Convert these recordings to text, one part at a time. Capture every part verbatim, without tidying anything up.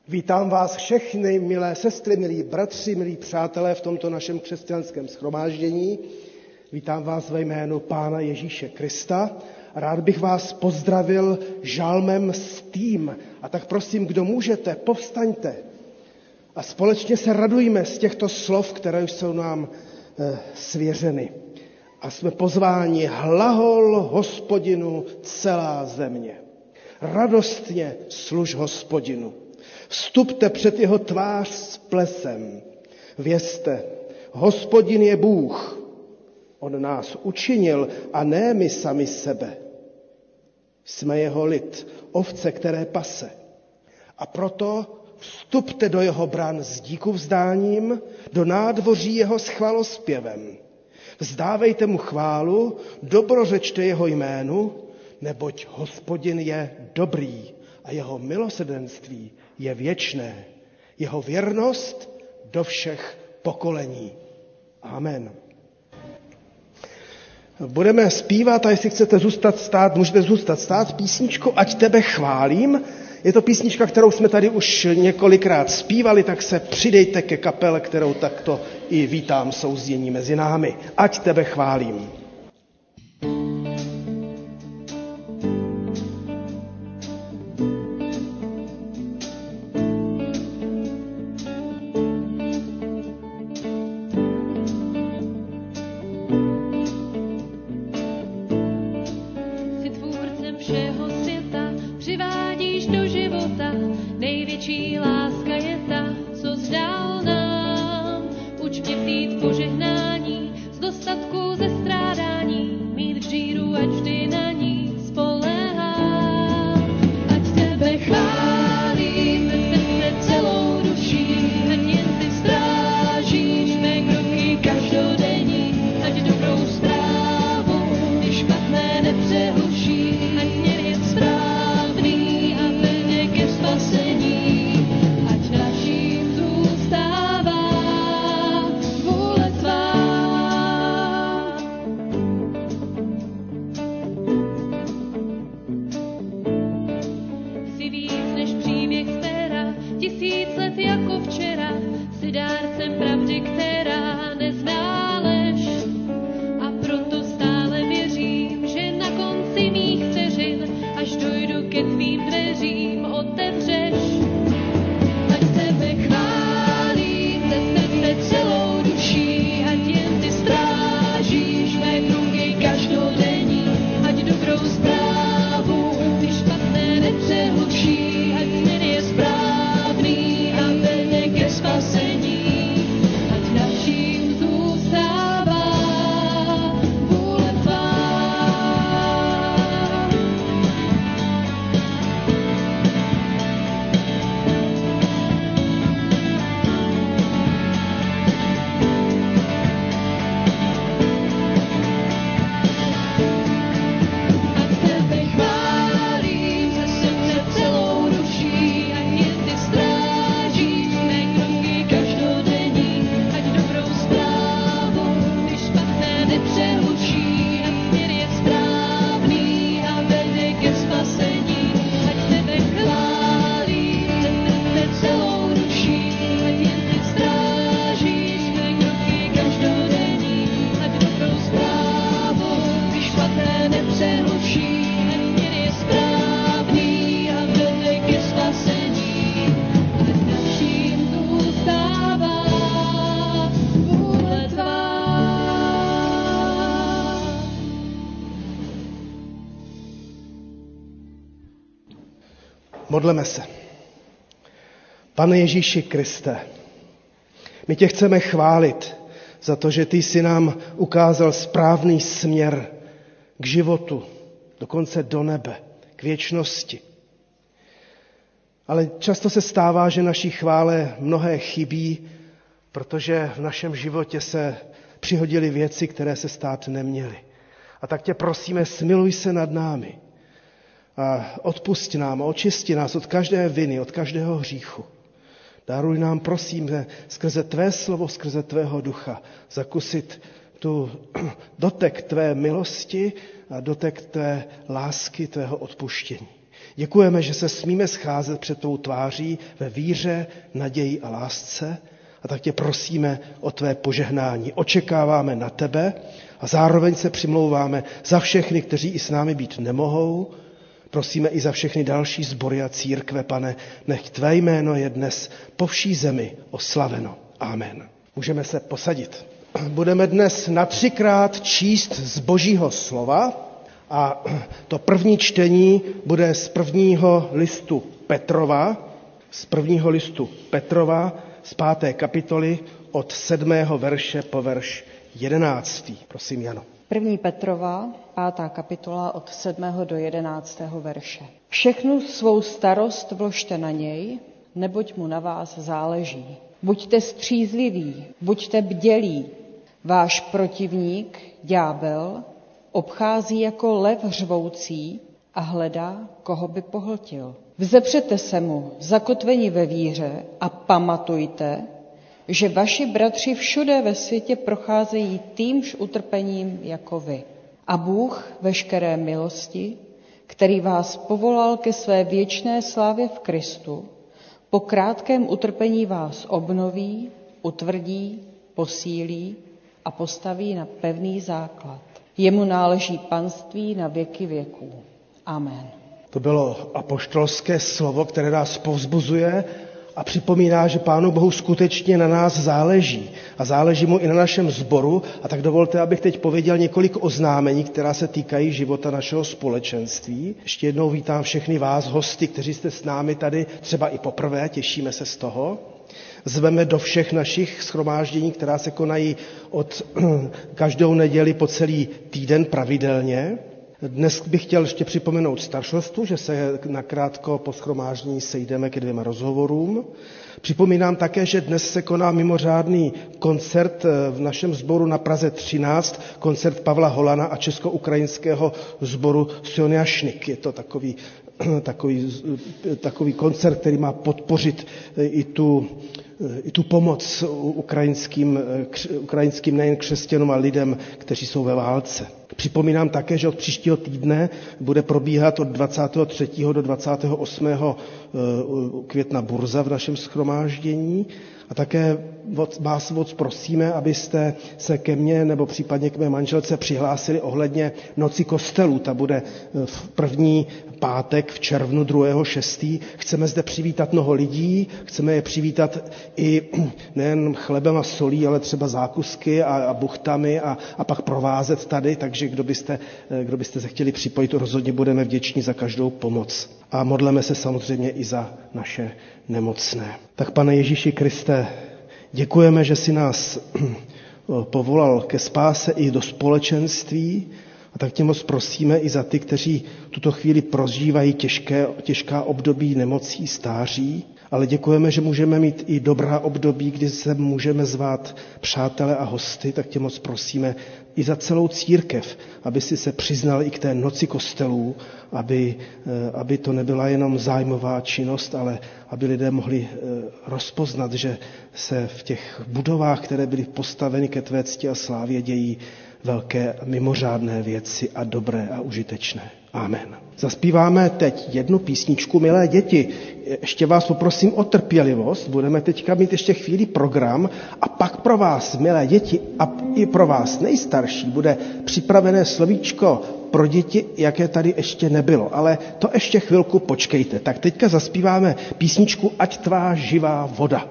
Vítám vás všechny, milé sestry, milí bratři, milí přátelé v tomto našem křesťanském shromáždění. Vítám vás ve jménu Pána Ježíše Krista. Rád bych vás pozdravil žalmem s tím. A tak prosím, kdo můžete, povstaňte a společně se radujme z těchto slov, které jsou nám e, svěřeny. A jsme pozváni: hlahol Hospodinu celá země. Radostně služ Hospodinu. Vstupte před jeho tvář s plesem. Vězte, Hospodin je Bůh. On nás učinil a ne my sami sebe. Jsme jeho lid, ovce, které pase. A proto vstupte do jeho bran s díkovzdáním, do nádvoří jeho s chvalospěvem. Vzdávejte mu chválu, dobrořečte jeho jménu, neboť Hospodin je dobrý a jeho milosrdenství je věčné. Jeho věrnost do všech pokolení. Amen. Budeme zpívat a jestli chcete zůstat stát, můžete zůstat stát písničku Ať tebe chválím. Je to písnička, kterou jsme tady už několikrát zpívali, tak se přidejte ke kapele, kterou takto i vítám souznění mezi námi. Ať tebe chválím. Modleme se. Pane Ježíši Kriste, my tě chceme chválit za to, že ty jsi nám ukázal správný směr k životu, dokonce do nebe, k věčnosti. Ale často se stává, že naší chvále mnohé chybí, protože v našem životě se přihodily věci, které se stát neměly. A tak tě prosíme, smiluj se nad námi. A odpusť nám, očisti nás od každé viny, od každého hříchu. Daruj nám, prosím, skrze tvé slovo, skrze tvého ducha zakusit tu dotek tvé milosti a dotek tvé lásky, tvého odpuštění. Děkujeme, že se smíme scházet před tvou tváří ve víře, naději a lásce. A tak tě prosíme o tvé požehnání. Očekáváme na tebe a zároveň se přimlouváme za všechny, kteří i s námi být nemohou. Prosíme i za všechny další sbory a církve, Pane, nech tvé jméno je dnes po vší zemi oslaveno. Amen. Můžeme se posadit. Budeme dnes na třikrát číst z Božího slova a to první čtení bude z prvního listu Petrova, z prvního listu Petrova, z páté kapitoly od sedmého verše po verš jedenáctý. Prosím, Jano. První Petrova, pátá kapitola od sedmého do jedenáctého verše. Všechnu svou starost vložte na něj, neboť mu na vás záleží. Buďte střízliví, buďte bdělí. Váš protivník, ďábel, obchází jako lev řvoucí a hledá, koho by pohltil. Vzepřete se mu, zakotveni ve víře a pamatujte, že vaši bratři všude ve světě procházejí týmž utrpením jako vy. A Bůh veškeré milosti, který vás povolal ke své věčné slávě v Kristu, po krátkém utrpení vás obnoví, utvrdí, posílí a postaví na pevný základ. Jemu náleží panství na věky věků. Amen. To bylo apoštolské slovo, které nás povzbuzuje a připomíná, že Pánu Bohu skutečně na nás záleží. A záleží mu i na našem sboru. A tak dovolte, abych teď pověděl několik oznámení, která se týkají života našeho společenství. Ještě jednou vítám všechny vás, hosty, kteří jste s námi tady, třeba i poprvé, těšíme se z toho. Zveme do všech našich shromáždění, která se konají od každou neděli po celý týden pravidelně. Dnes bych chtěl ještě připomenout staršostu, že se nakrátko po shromáždění sejdeme ke dvěma rozhovorům. Připomínám také, že dnes se koná mimořádný koncert v našem sboru na Praze třináct, koncert Pavla Holana a česko-ukrajinského sboru Sonjašnik. Je to takový, takový, takový koncert, který má podpořit i tu, i tu pomoc ukrajinským, ukrajinským nejen křesťanům a lidem, kteří jsou ve válce. Připomínám také, že od příštího týdne bude probíhat od dvacátého třetího do dvacátého osmého května burza v našem shromáždění. A také vás moc prosíme, abyste se ke mně nebo případně k mé manželce přihlásili ohledně Noci kostelů. Ta bude v první pátek v červnu druhého šestého Chceme zde přivítat mnoho lidí, chceme je přivítat i nejen chlebem a solí, ale třeba zákusky a, a buchtami a, a pak provázet tady, takže kdo byste, kdo byste se chtěli připojit, rozhodně budeme vděční za každou pomoc. A modleme se samozřejmě i za naše nemocné. Tak Pane Ježíši Kriste, děkujeme, že jsi nás povolal ke spáse i do společenství a tak tě moc prosíme i za ty, kteří tuto chvíli prožívají těžké, těžká období nemocí, stáří, ale děkujeme, že můžeme mít i dobrá období, kdy se můžeme zvát přátele a hosty, tak tě moc prosíme i za celou církev, aby si se přiznal i k té Noci kostelů, aby, aby to nebyla jenom zájmová činnost, ale aby lidé mohli rozpoznat, že se v těch budovách, které byly postaveny ke tvé cti a slávě, dějí velké mimořádné věci a dobré a užitečné. Amen. Zaspíváme teď jednu písničku, milé děti. Ještě vás poprosím o trpělivost. Budeme teďka mít ještě chvíli program a pak pro vás, milé děti, a i pro vás nejstarší, bude připravené slovíčko pro děti, jaké tady ještě nebylo. Ale to ještě chvilku počkejte. Tak teďka zaspíváme písničku Ať tvá živá voda.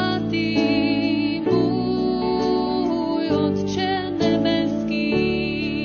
Otče nebeský,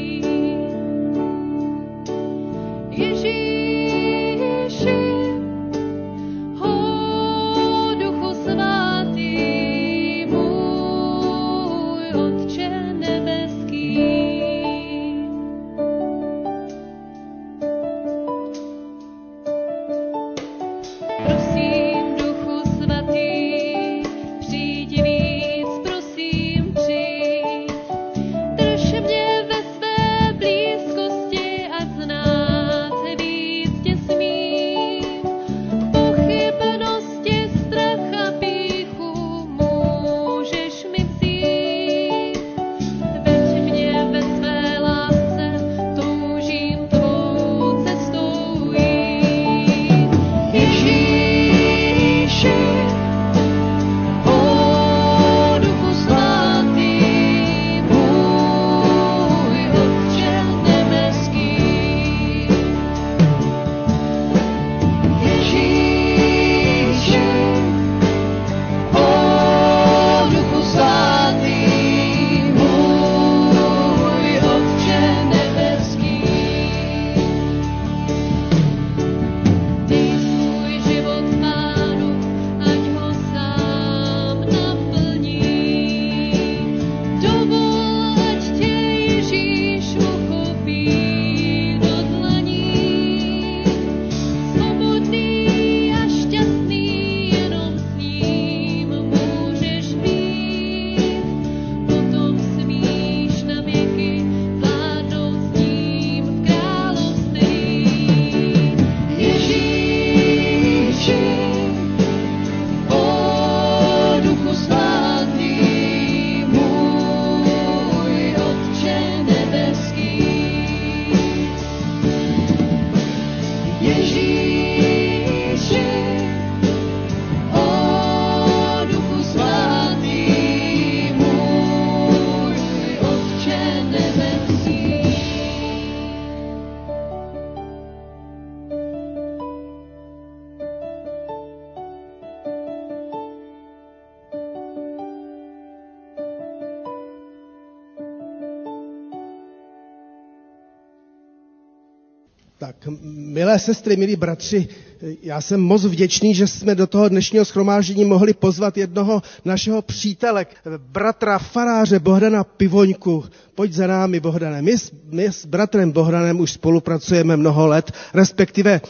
Tak, milé sestry, milí bratři, já jsem moc vděčný, že jsme do toho dnešního shromáždění mohli pozvat jednoho našeho přítele, bratra faráře Bohdana Pivoňku. Pojď za námi, Bohdane. My, my s bratrem Bohdanem už spolupracujeme mnoho let, respektive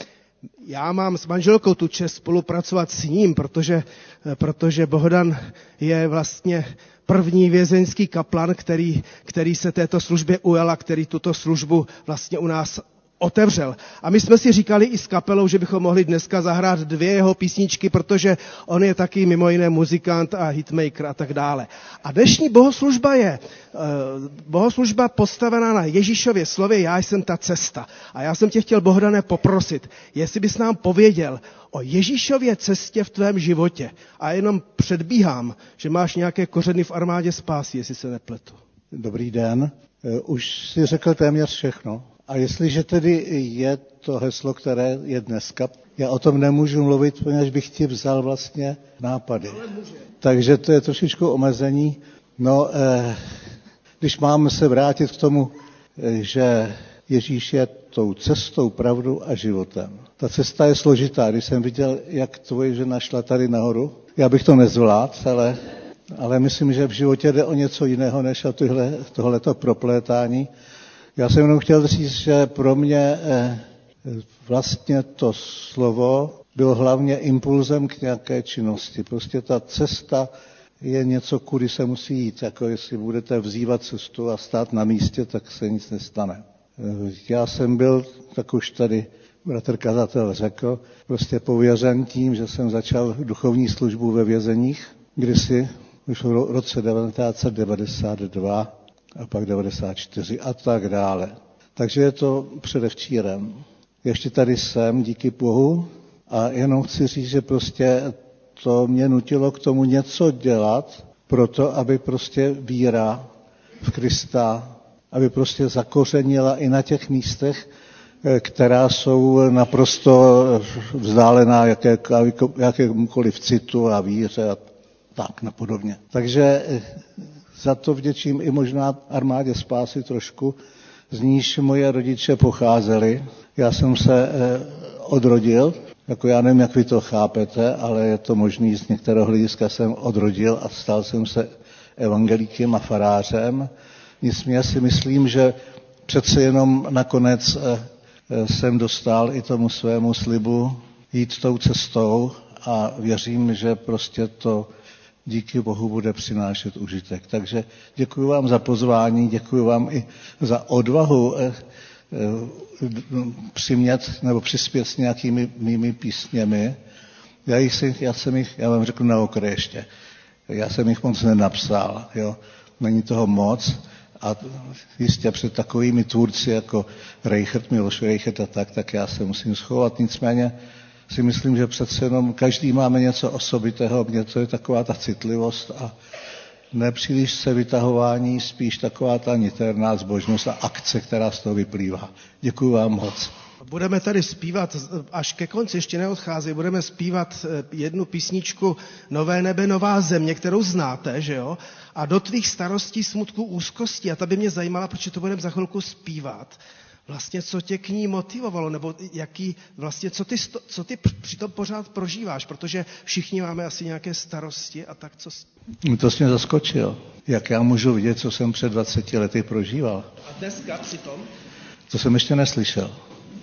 já mám s manželkou tu čest spolupracovat s ním, protože, protože Bohdan je vlastně první vězeňský kaplan, který, který se této službě ujal a který tuto službu vlastně u nás otevřel. A my jsme si říkali i s kapelou, že bychom mohli dneska zahrát dvě jeho písničky, protože on je taky mimo jiné muzikant a hitmaker a tak dále. A dnešní bohoslužba je uh, bohoslužba postavená na Ježíšově slově Já jsem ta cesta. A já jsem tě chtěl, Bohdane, poprosit, jestli bys nám pověděl o Ježíšově cestě v tvém životě. A jenom předbíhám, že máš nějaké kořeny v armádě spásy, jestli se nepletu. Dobrý den. Už si řekl téměř všechno. A jestliže tedy je to heslo, které je dneska, já o tom nemůžu mluvit, protože bych ti vzal vlastně nápady. Takže to je trošičku omezení. No, eh, když máme se vrátit k tomu, eh, že Ježíš je tou cestou, pravdou a životem. Ta cesta je složitá. Když jsem viděl, jak tvoje žena šla tady nahoru, já bych to nezvládl, ale, ale myslím, že v životě jde o něco jiného, než o tohle, tohleto proplétání. Já jsem jenom chtěl říct, že pro mě eh, vlastně to slovo bylo hlavně impulzem k nějaké činnosti. Prostě ta cesta je něco, kudy se musí jít. Jako jestli budete vzývat cestu a stát na místě, tak se nic nestane. Eh, já jsem byl, tak už tady bratr kazatel řekl, prostě pověřen tím, že jsem začal duchovní službu ve vězeních, kdysi už v roce devatenáct set devadesát dva a pak devadesát čtyři a tak dále. Takže je to předevčírem. Ještě tady jsem, díky Bohu, a jenom chci říct, že prostě to mě nutilo k tomu něco dělat, proto, aby prostě víra v Krista, aby prostě zakořenila i na těch místech, která jsou naprosto vzdálená jaké, jakémukoliv citu a víře a tak napodobně. Takže za to vděčím i možná armádě spásy trošku, z níž moje rodiče pocházeli. Já jsem se odrodil, jako já nevím, jak vy to chápete, ale je to možný, z některého hlediska jsem odrodil a stal jsem se evangelíkem a farářem. Nicméně si myslím, že přece jenom nakonec jsem dostal i tomu svému slibu jít tou cestou a věřím, že prostě to díky Bohu bude přinášet užitek. Takže děkuji vám za pozvání, děkuji vám i za odvahu eh, eh, přimět nebo přispět s nějakými mými písněmi. Já, jich, já jsem jich, já vám řeknu na okraj ještě, já jsem jich moc nenapsal, jo. Není toho moc a jistě před takovými tvůrci jako Reichert, Miloš Reichert a tak, tak já se musím schovat, nicméně si myslím, že přece jenom každý máme něco osobitého, něco je taková ta citlivost a nepříliš se vytahování, spíš taková ta niterná zbožnost a akce, která z toho vyplývá. Děkuji vám moc. Budeme tady zpívat, až ke konci, ještě neodchází, budeme zpívat jednu písničku Nové nebe, nová země, kterou znáte, že jo? A do tvých starostí, smutků, úzkostí. A ta by mě zajímala, protože to budeme za chvilku zpívat. Vlastně, co tě k ní motivovalo, nebo jaký, vlastně, co ty, co ty přitom pořád prožíváš, protože všichni máme asi nějaké starosti a tak, co... To jsi mě zaskočil. Jak já můžu vidět, co jsem před dvaceti lety prožíval? A dneska přitom? To jsem ještě neslyšel.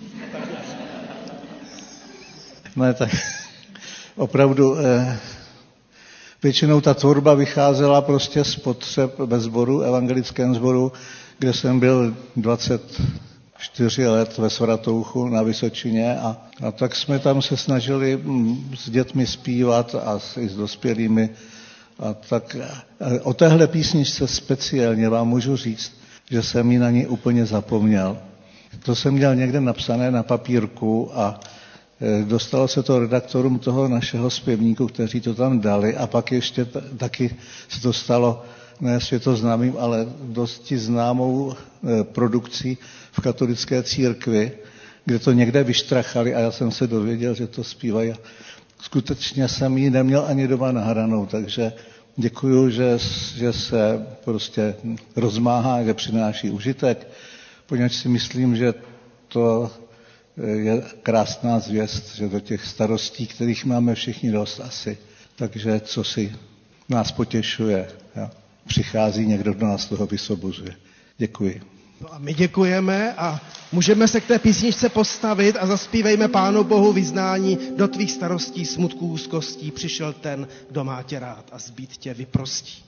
Ne, tak opravdu eh, většinou ta tvorba vycházela prostě z potřeb ve sboru, evangelickém sboru, kde jsem byl dvacet čtyři let ve Svatouchu na Vysočině a, a tak jsme tam se snažili s dětmi zpívat a s, i s dospělými. A tak a o téhle písničce speciálně vám můžu říct, že jsem ji na ní úplně zapomněl. To jsem měl někde napsané na papírku a e, dostalo se to redaktorům toho našeho zpěvníku, kteří to tam dali a pak ještě t- taky se to stalo ne světoznámým, ale dosti známou e, produkcí v katolické církvi, kde to někde vyštrachali a já jsem se dověděl, že to zpívají. Skutečně jsem ji neměl ani doma nahranou, takže děkuju, že, že se prostě rozmáhá, že přináší užitek, poněvadž si myslím, že to je krásná zvěst, že do těch starostí, kterých máme všichni dost asi, takže co si nás potěšuje, jo? Přichází někdo, kdo nás toho vysvobozuje. Děkuji. No a my děkujeme a můžeme se k té písničce postavit a zaspívejme Pánu Bohu vyznání: do tvých starostí, smutků, úzkostí přišel ten, kdo má tě rád a zbýt tě vyprostí.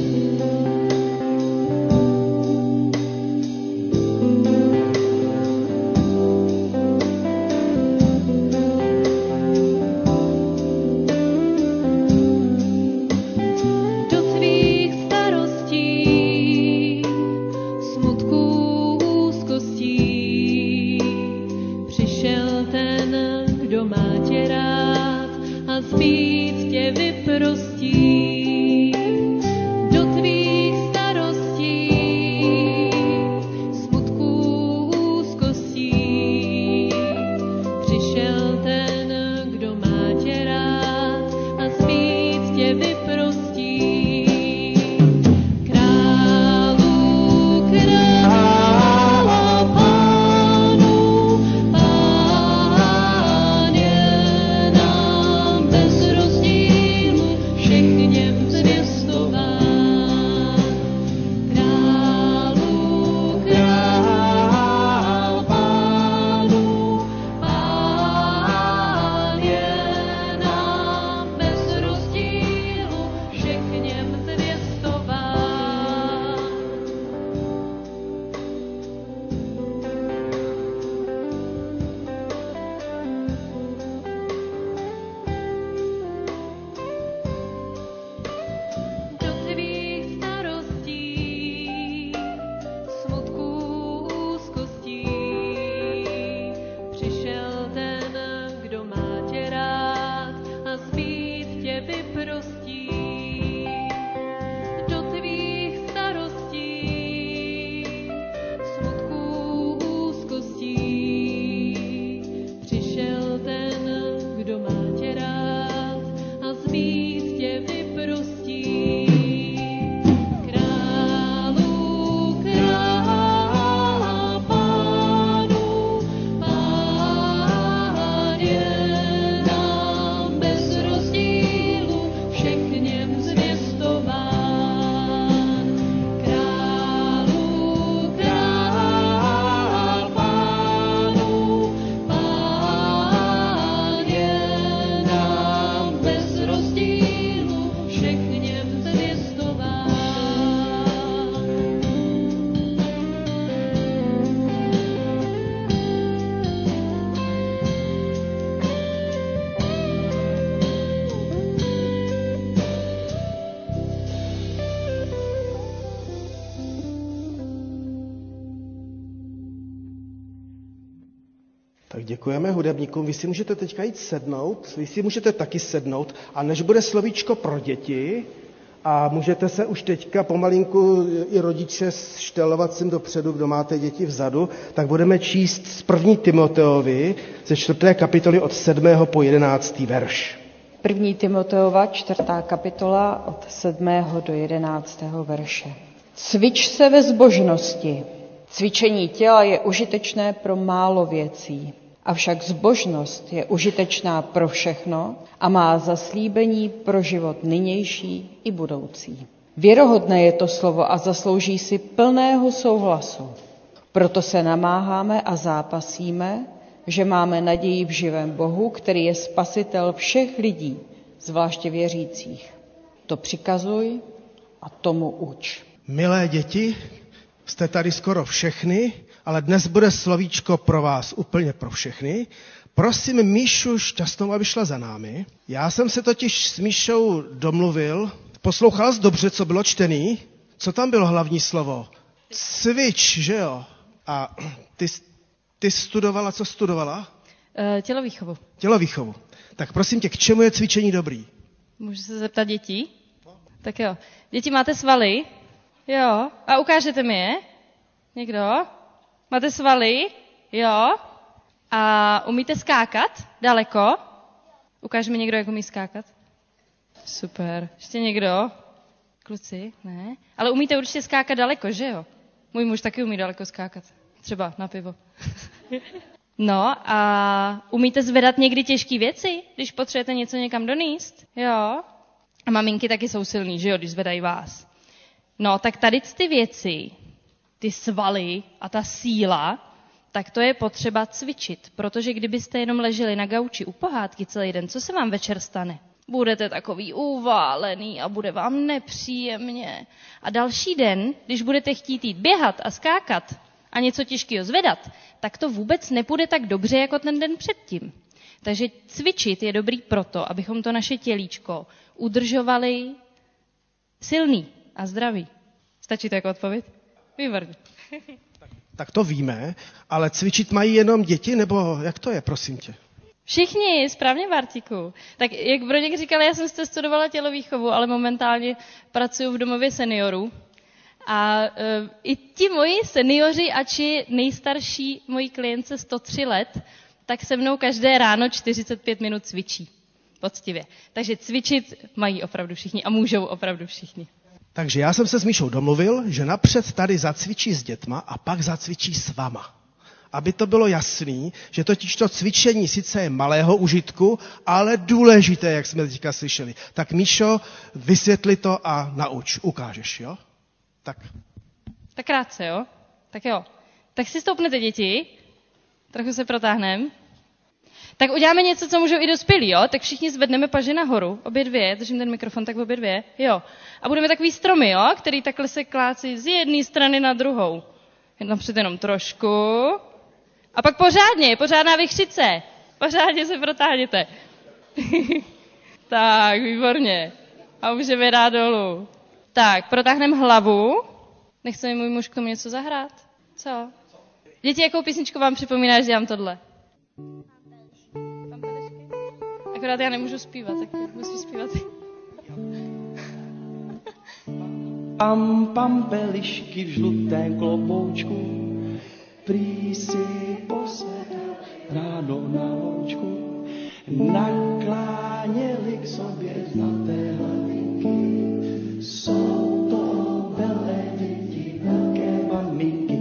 Tak děkujeme hudebníkům. Vy si můžete teďka jít sednout, vy si můžete taky sednout a než bude slovíčko pro děti a můžete se už teďka pomalinku i rodiče štelovat sem dopředu, kdo máte děti vzadu, tak budeme číst z první Timoteovi ze čtvrté kapitoly od sedmého po jedenáctý verš. První Timoteova, čtvrtá kapitola od sedmého do jedenáctého verše. Cvič se ve zbožnosti. Cvičení těla je užitečné pro málo věcí, avšak zbožnost je užitečná pro všechno a má zaslíbení pro život nynější i budoucí. Věrohodné je to slovo a zaslouží si plného souhlasu. Proto se namáháme a zápasíme, že máme naději v živém Bohu, který je spasitel všech lidí, zvláště věřících. To přikazuj a tomu uč. Milé děti, jste tady skoro všechny, ale dnes bude slovíčko pro vás úplně pro všechny. Prosím Míšu Šťastnou, aby šla za námi. Já jsem se totiž s Míšou domluvil. Poslouchal jsi dobře, co bylo čtený? Co tam bylo hlavní slovo? Cvič, že jo? A ty, ty studovala, co studovala? Uh, tělovýchovu. Tělovýchovu. Tak prosím tě, k čemu je cvičení dobrý? Můžu se zeptat dětí? Tak jo. Děti, máte svaly? Jo. A ukážete mi je? Někdo? Máte svaly? Jo. A umíte skákat? Daleko? Ukáže mi někdo, jak umí skákat? Super. Ještě někdo? Kluci? Ne. Ale umíte určitě skákat daleko, že jo? Můj muž taky umí daleko skákat. Třeba na pivo. No a umíte zvedat někdy těžké věci, když potřebujete něco někam donést? Jo. A maminky taky jsou silný, že jo, když zvedají vás. No, tak tady ty věci, ty svaly a ta síla, tak to je potřeba cvičit, protože kdybyste jenom leželi na gauči u pohádky celý den, co se vám večer stane? Budete takový uválený a bude vám nepříjemně. A další den, když budete chtít jít běhat a skákat a něco těžkého zvedat, tak to vůbec nepůjde tak dobře, jako ten den předtím. Takže cvičit je dobrý proto, abychom to naše tělíčko udržovali silný a zdravý. Stačí to jako odpověď? Výborně. Tak to víme, ale cvičit mají jenom děti, nebo jak to je, prosím tě? Všichni, správně, Bartíku. Tak jak Broněk říkal, já jsem zde studovala tělovýchovu, ale momentálně pracuji v domově seniorů. A e, i ti moji seniori, ači nejstarší moji klientce sto tři let, tak se mnou každé ráno čtyřicet pět minut cvičí. Poctivě. Takže cvičit mají opravdu všichni a můžou opravdu všichni. Takže já jsem se s Míšou domluvil, že napřed tady zacvičí s dětma a pak zacvičí s vama. Aby to bylo jasný, že totiž to cvičení sice je malého užitku, ale důležité, jak jsme teďka slyšeli. Tak Míšo, vysvětli to a nauč, ukážeš, jo? Tak. Tak krátce, jo? Tak jo. Tak si stoupnete, děti, trochu se protáhneme. Tak uděláme něco, co můžou i dospělí, jo? Tak všichni zvedneme paže nahoru, obě dvě, držím ten mikrofon, tak obě dvě, jo. A budeme takový stromy, jo? Který takhle se klácí z jedné strany na druhou. Napřed jenom trošku. A pak pořádně, pořádná vychřice. Pořádně se protáhněte. Tak, výborně. A můžeme dát dolů. Tak, protáhneme hlavu. Nechce mi můj muž k tomu něco zahrát? Co? Děti, jakou písničku vám připomíná, že dělám tohle? Pampelišky? Akorát já nemůžu zpívat, tak musím zpívat. Pam, pampelišky v žlutém kloboučku, prý si posedl ráno na loučku, nakláněli k sobě zlaté hlavinky. Jsou to velké děti, velké maminky.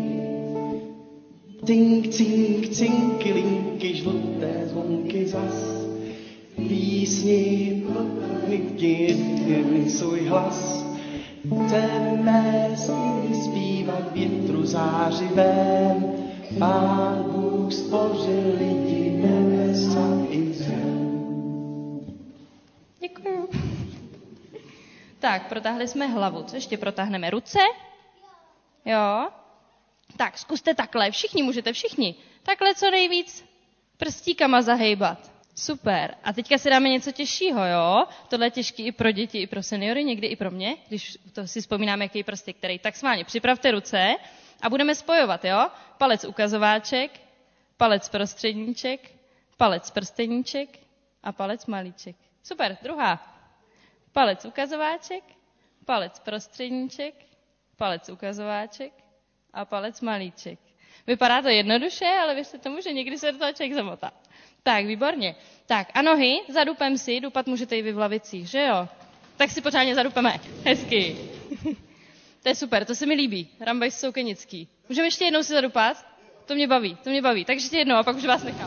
Cink, cink, cinky, linky, žluté zvonky zas. Písni, maminky, svůj hlas. Chceme s nimi zpívat větru zářivém. Pán Bůh stvořil lidi, nebesa i zem. Děkuju. Tak, protáhli jsme hlavu. Co ještě protáhneme? Ruce? Jo. Tak, zkuste takhle. Všichni můžete, všichni. Takhle co nejvíc prstíkama zahejbat. Super. A teďka si dáme něco těžšího, jo? Tohle je těžký i pro děti, i pro seniory, někdy i pro mě, když to si vzpomínáme, jaký prsty, který. Tak schválně, připravte ruce a budeme spojovat, jo? Palec ukazováček, palec prostředníček, palec prsteníček a palec malíček. Super, druhá. Palec ukazováček, palec prostředníček, palec ukazováček a palec malíček. Vypadá to jednoduše, ale věřte tomu, že někdy se do toho člověk zamotá. Tak, výborně. Tak, a nohy, zadupem si, dupat můžete i vy v lavicích, že jo? Tak si pořádně zadupeme. Hezky. To je super, to se mi líbí. Rambaj Soukenický. Můžeme ještě jednou si zadupat? To mě baví, to mě baví. Takže ještě jednou a pak už vás nechám.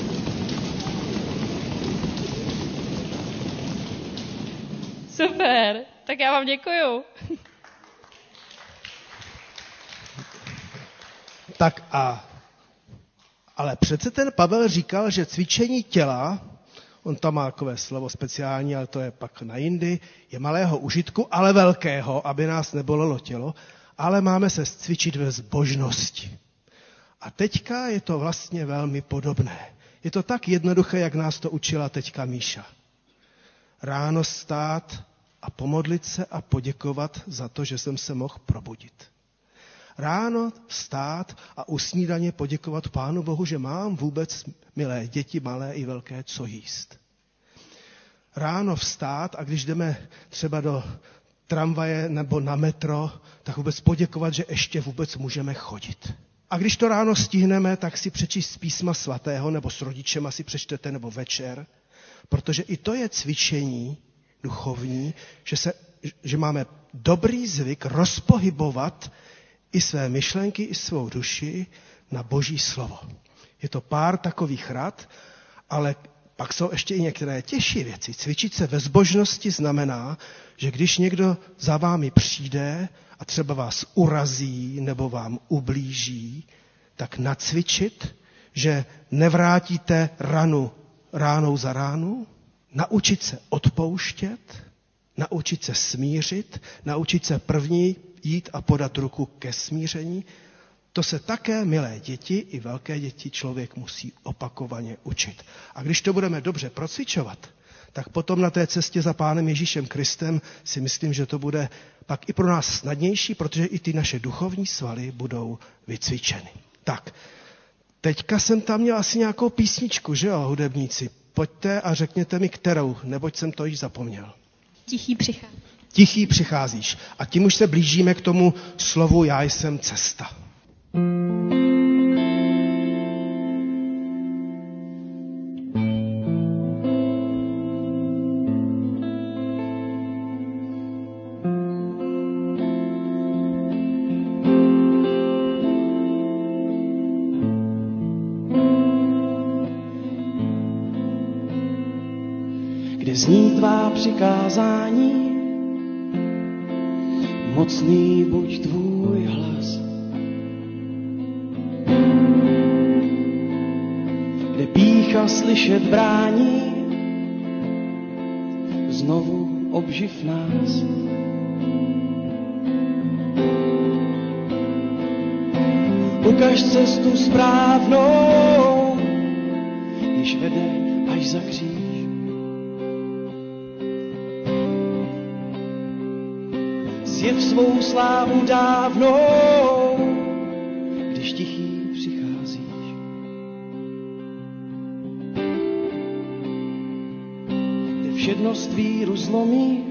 Super, tak já vám děkuju. Tak a, ale přece ten Pavel říkal, že cvičení těla, on tam má takové slovo speciální, ale to je pak na jindy, je malého užitku, ale velkého, aby nás nebolelo tělo, ale máme se cvičit ve zbožnosti. A teďka je to vlastně velmi podobné. Je to tak jednoduché, jak nás to učila teďka Míša. Ráno stát a pomodlit se a poděkovat za to, že jsem se mohl probudit. Ráno vstát a u snídaně poděkovat Pánu Bohu, že mám vůbec, milé děti, malé i velké, co jíst. Ráno vstát a když jdeme třeba do tramvaje nebo na metro, tak vůbec poděkovat, že ještě vůbec můžeme chodit. A když to ráno stihneme, tak si přečíst z písma svatého, nebo s rodičema si přečtete, nebo večer, protože i to je cvičení duchovní, že, se, že máme dobrý zvyk rozpohybovat i své myšlenky, i svou duši na Boží slovo. Je to pár takových rad, ale pak jsou ještě i některé těžší věci. Cvičit se ve zbožnosti znamená, že když někdo za vámi přijde a třeba vás urazí nebo vám ublíží, tak nacvičit, že nevrátíte ranu ránou za ránu, naučit se odpouštět, naučit se smířit, naučit se první jít a podat ruku ke smíření. To se také, milé děti i velké děti, člověk musí opakovaně učit. A když to budeme dobře procvičovat, tak potom na té cestě za Pánem Ježíšem Kristem si myslím, že to bude pak i pro nás snadnější, protože i ty naše duchovní svaly budou vycvičeny. Tak, teďka jsem tam měl asi nějakou písničku, že jo, hudebníci? Pojďte a řekněte mi, kterou, neboť jsem to již zapomněl. Tichý přichází. Tichý přicházíš. A tím už se blížíme k tomu slovu já jsem cesta. Kde zní tvá přikázání, mocný buď tvůj hlas. Kde pýcha slyšet brání, znovu obživ nás. Ukaž cestu správnou, jež vede až za kříž. Zjev svou slávu dávnou, když tichý přicházíš. Kde všednost víru zlomí,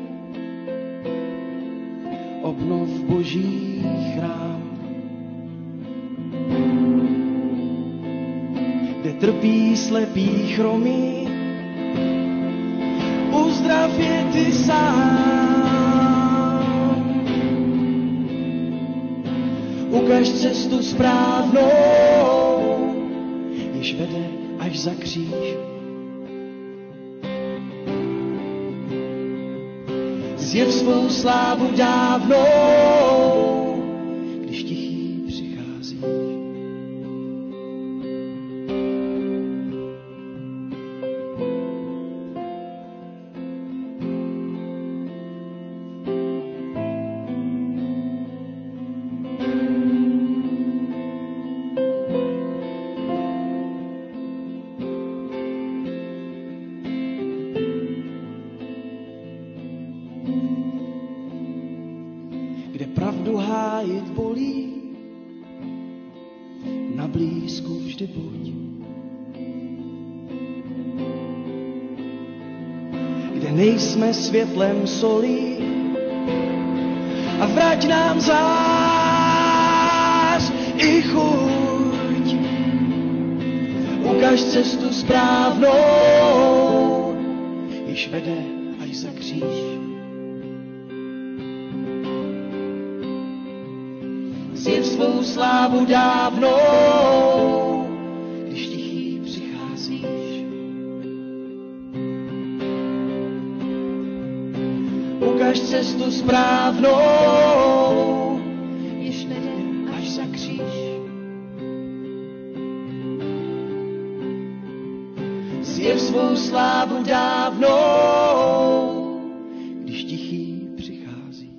obnov Boží chrám. Kde trpí slepý chromí, uzdrav je ty sám. Ukaž cestu správnou, jež vede až za kříž. Zjev svou slávu dávnou, když tichý přicházíš. Pravdu hájit bolí, na blízku vždy buď. Kde nejsme světlem solí, a vrať nám zář i chuť. Ukaž cestu správnou, již vede až za kříž. Zjev svou slávu dávnou, když tichý přicházíš. Ukaž cestu správnou, již vede až za kříž. Zjev svou slávu dávnou, když tichý přicházíš.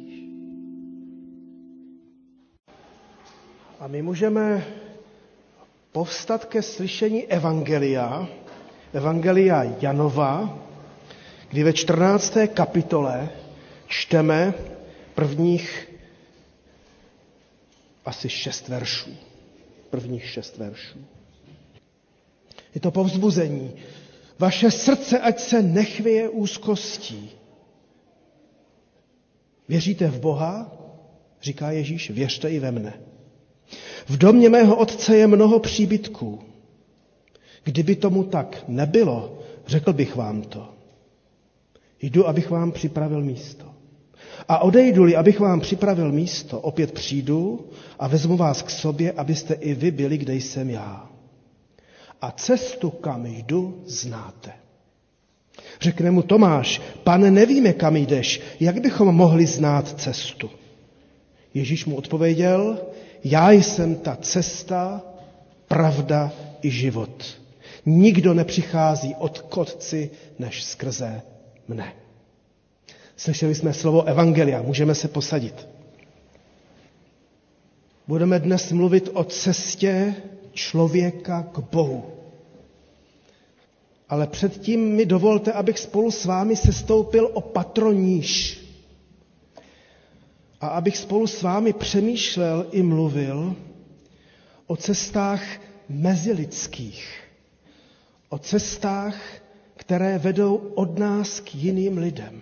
A my můžeme povstat ke slyšení Evangelia, Evangelia Janova, kdy ve čtrnácté kapitole čteme prvních asi šest veršů. Prvních šest veršů. Je to povzbuzení. Vaše srdce ať se nechvěje úzkostí. Věříte v Boha? Říká Ježíš, věřte i ve mne. V domě mého otce je mnoho příbytků. Kdyby tomu tak nebylo, řekl bych vám to. Jdu, abych vám připravil místo. A odejdu-li, abych vám připravil místo, opět přijdu a vezmu vás k sobě, abyste i vy byli, kde jsem já. a cestu, kam jdu, znáte. Řekne mu Tomáš, Pane, nevíme, kam jdeš, jak bychom mohli znát cestu? Ježíš mu odpověděl, já jsem ta cesta, pravda i život. Nikdo nepřichází od Otci, než skrze mne. Slyšeli jsme slovo evangelia, můžeme se posadit. Budeme dnes mluvit o cestě člověka k Bohu. Ale předtím mi dovolte, abych spolu s vámi sestoupil o patro níž. A abych spolu s vámi přemýšlel i mluvil o cestách mezilidských. O cestách, které vedou od nás k jiným lidem.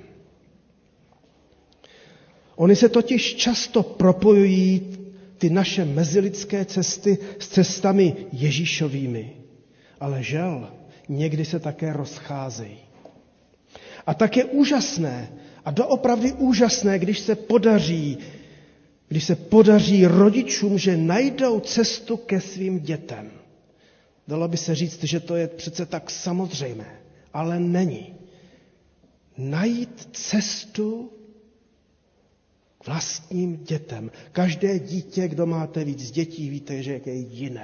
Ony se totiž často propojují, ty naše mezilidské cesty, s cestami Ježíšovými. Ale žel, někdy se také rozcházejí. A tak je úžasné, a doopravdy úžasné, když se podaří, když se podaří rodičům, že najdou cestu ke svým dětem. Dalo by se říct, že to je přece tak samozřejmé, ale není. Najít cestu k vlastním dětem. Každé dítě, kdo máte víc dětí, víte, že je jiné.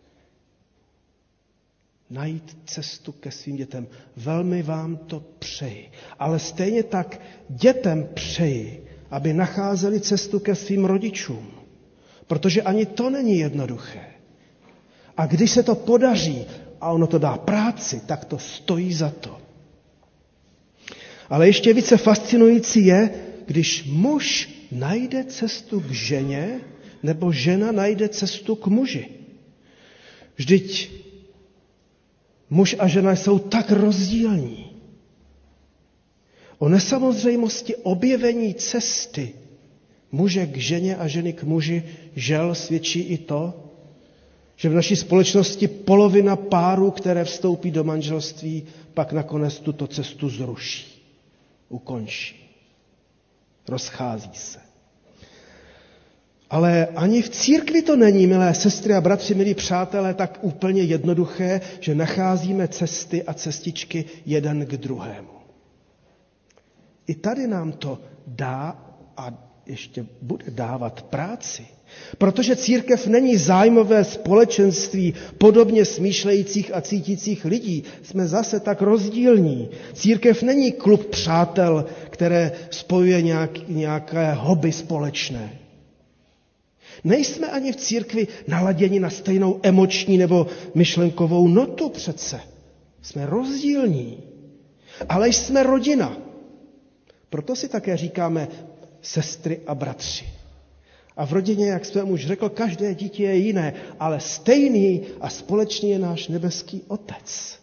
Najít cestu ke svým dětem. Velmi vám to přeji. Ale stejně tak dětem přeji, aby nacházeli cestu ke svým rodičům. Protože ani to není jednoduché. A když se to podaří, a ono to dá práci, tak to stojí za to. Ale ještě více fascinující je, když muž najde cestu k ženě, nebo žena najde cestu k muži. Vždyť muž a žena jsou tak rozdílní. O nesamozřejmosti objevení cesty muže k ženě a ženy k muži žel svědčí i to, že v naší společnosti polovina párů, které vstoupí do manželství, pak nakonec tuto cestu zruší, ukončí. Rozchází se. Ale ani v církvi to není, milé sestry a bratři, milí přátelé, tak úplně jednoduché, že nacházíme cesty a cestičky jeden k druhému. I tady nám to dá a ještě bude dávat práci. Protože církev není zájmové společenství podobně smýšlejících a cítících lidí. Jsme zase tak rozdílní. Církev není klub přátel, které spojuje nějak, nějaké hobby společné. Nejsme ani v církvi naladěni na stejnou emoční nebo myšlenkovou notu přece. Jsme rozdílní. Ale jsme rodina. Proto si také říkáme sestry a bratři. A v rodině, jak jsem už řekl, každé dítě je jiné, ale stejný a společný je náš nebeský Otec.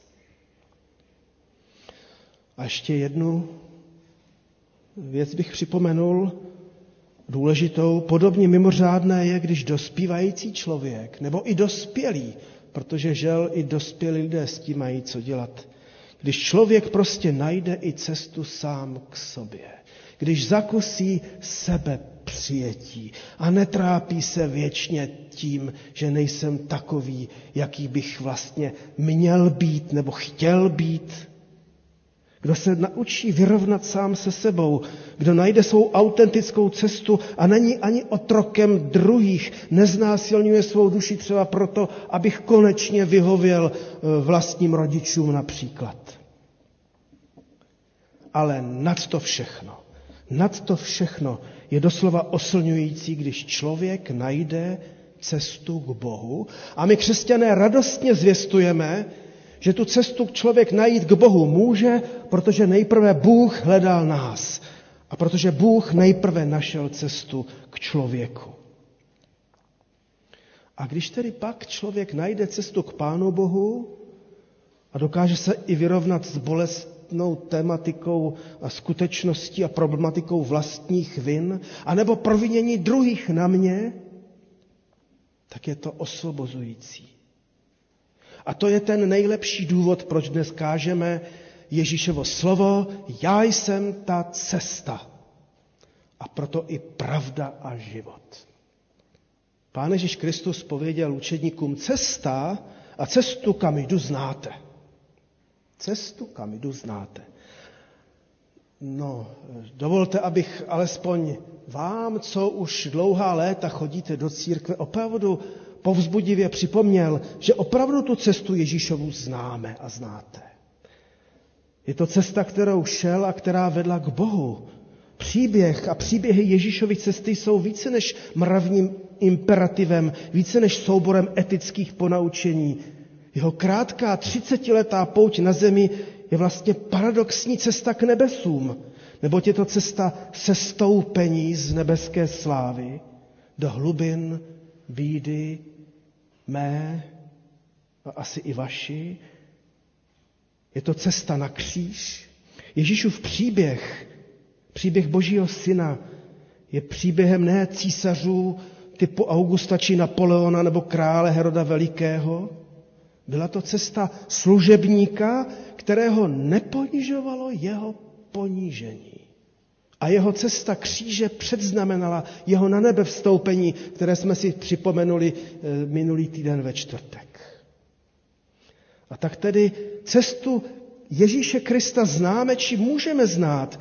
A ještě jednu věc bych připomenul, důležitou, podobně mimořádné je, když dospívající člověk, nebo i dospělý, protože žel i dospělí lidé s tím mají co dělat, když člověk prostě najde i cestu sám k sobě, když zakusí sebe přijetí a netrápí se věčně tím, že nejsem takový, jaký bych vlastně měl být nebo chtěl být. Kdo se naučí vyrovnat sám se sebou, kdo najde svou autentickou cestu a není ani otrokem druhých, neznásilňuje svou duši třeba proto, abych konečně vyhověl vlastním rodičům například. Ale nad to všechno, nad to všechno je doslova oslňující, když člověk najde cestu k Bohu. A my křesťané radostně zvěstujeme, že tu cestu člověk najít k Bohu může, protože nejprve Bůh hledal nás. A protože Bůh nejprve našel cestu k člověku. A když tedy pak člověk najde cestu k Pánu Bohu a dokáže se i vyrovnat s bolestnou tematikou a skutečností a problematikou vlastních vin, anebo provinění druhých na mě, tak je to osvobozující. A to je ten nejlepší důvod, proč dnes kážeme Ježíšovo slovo, já jsem ta cesta. A proto i pravda a život. Pán Ježíš Kristus pověděl učedníkům, cesta A cestu, kam jdu, znáte. Cestu, kam jdu, znáte. No, dovolte, abych alespoň vám, co už dlouhá léta chodíte do církve, opravdu povzbudivě připomněl, že opravdu tu cestu Ježíšovu známe a znáte. Je to cesta, kterou šel a která vedla k Bohu. Příběh a příběhy Ježíšovy cesty jsou více než mravním imperativem, více než souborem etických ponaučení. Jeho krátká třicetiletá pouť na zemi je vlastně paradoxní cesta k nebesům, neboť je to cesta sestoupení z nebeské slávy do hlubin bídy mé a asi i vaši. Je to cesta na kříž. Ježíšův příběh, příběh Božího syna, je příběhem ne císařů typu Augusta či Napoleona nebo krále Heroda Velikého. Byla to cesta služebníka, kterého neponižovalo jeho ponížení. A jeho cesta kříže předznamenala jeho na nebe vstoupení, které jsme si připomenuli minulý týden ve čtvrtek. A tak tedy cestu Ježíše Krista známe, či můžeme znát.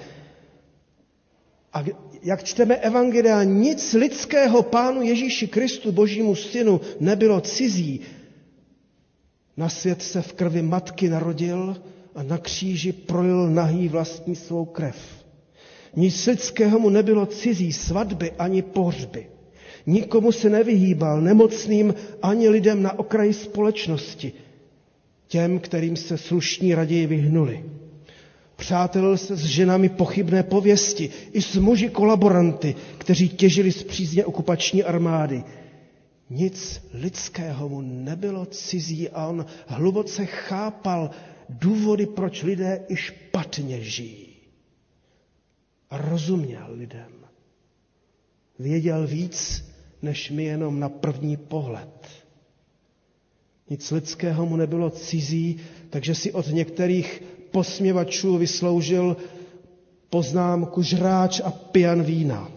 A jak čteme evangelia, nic lidského Pánu Ježíši Kristu, Božímu synu, nebylo cizí. Na svět se v krvi matky narodil a na kříži prolil nahý vlastní svou krev. Nic lidského mu nebylo cizí svatby ani pohřby. Nikomu se nevyhýbal, nemocným ani lidem na okraji společnosti, těm, kterým se slušní raději vyhnuli. Přátelil se s ženami pochybné pověsti i s muži kolaboranty, kteří těžili z přízně okupační armády. Nic lidského mu nebylo cizí a on hluboce chápal důvody, proč lidé i špatně žijí. A rozuměl lidem. Věděl víc, než my jenom na první pohled. Nic lidského mu nebylo cizí, takže si od některých posměvačů vysloužil poznámku žráč a pijan vína.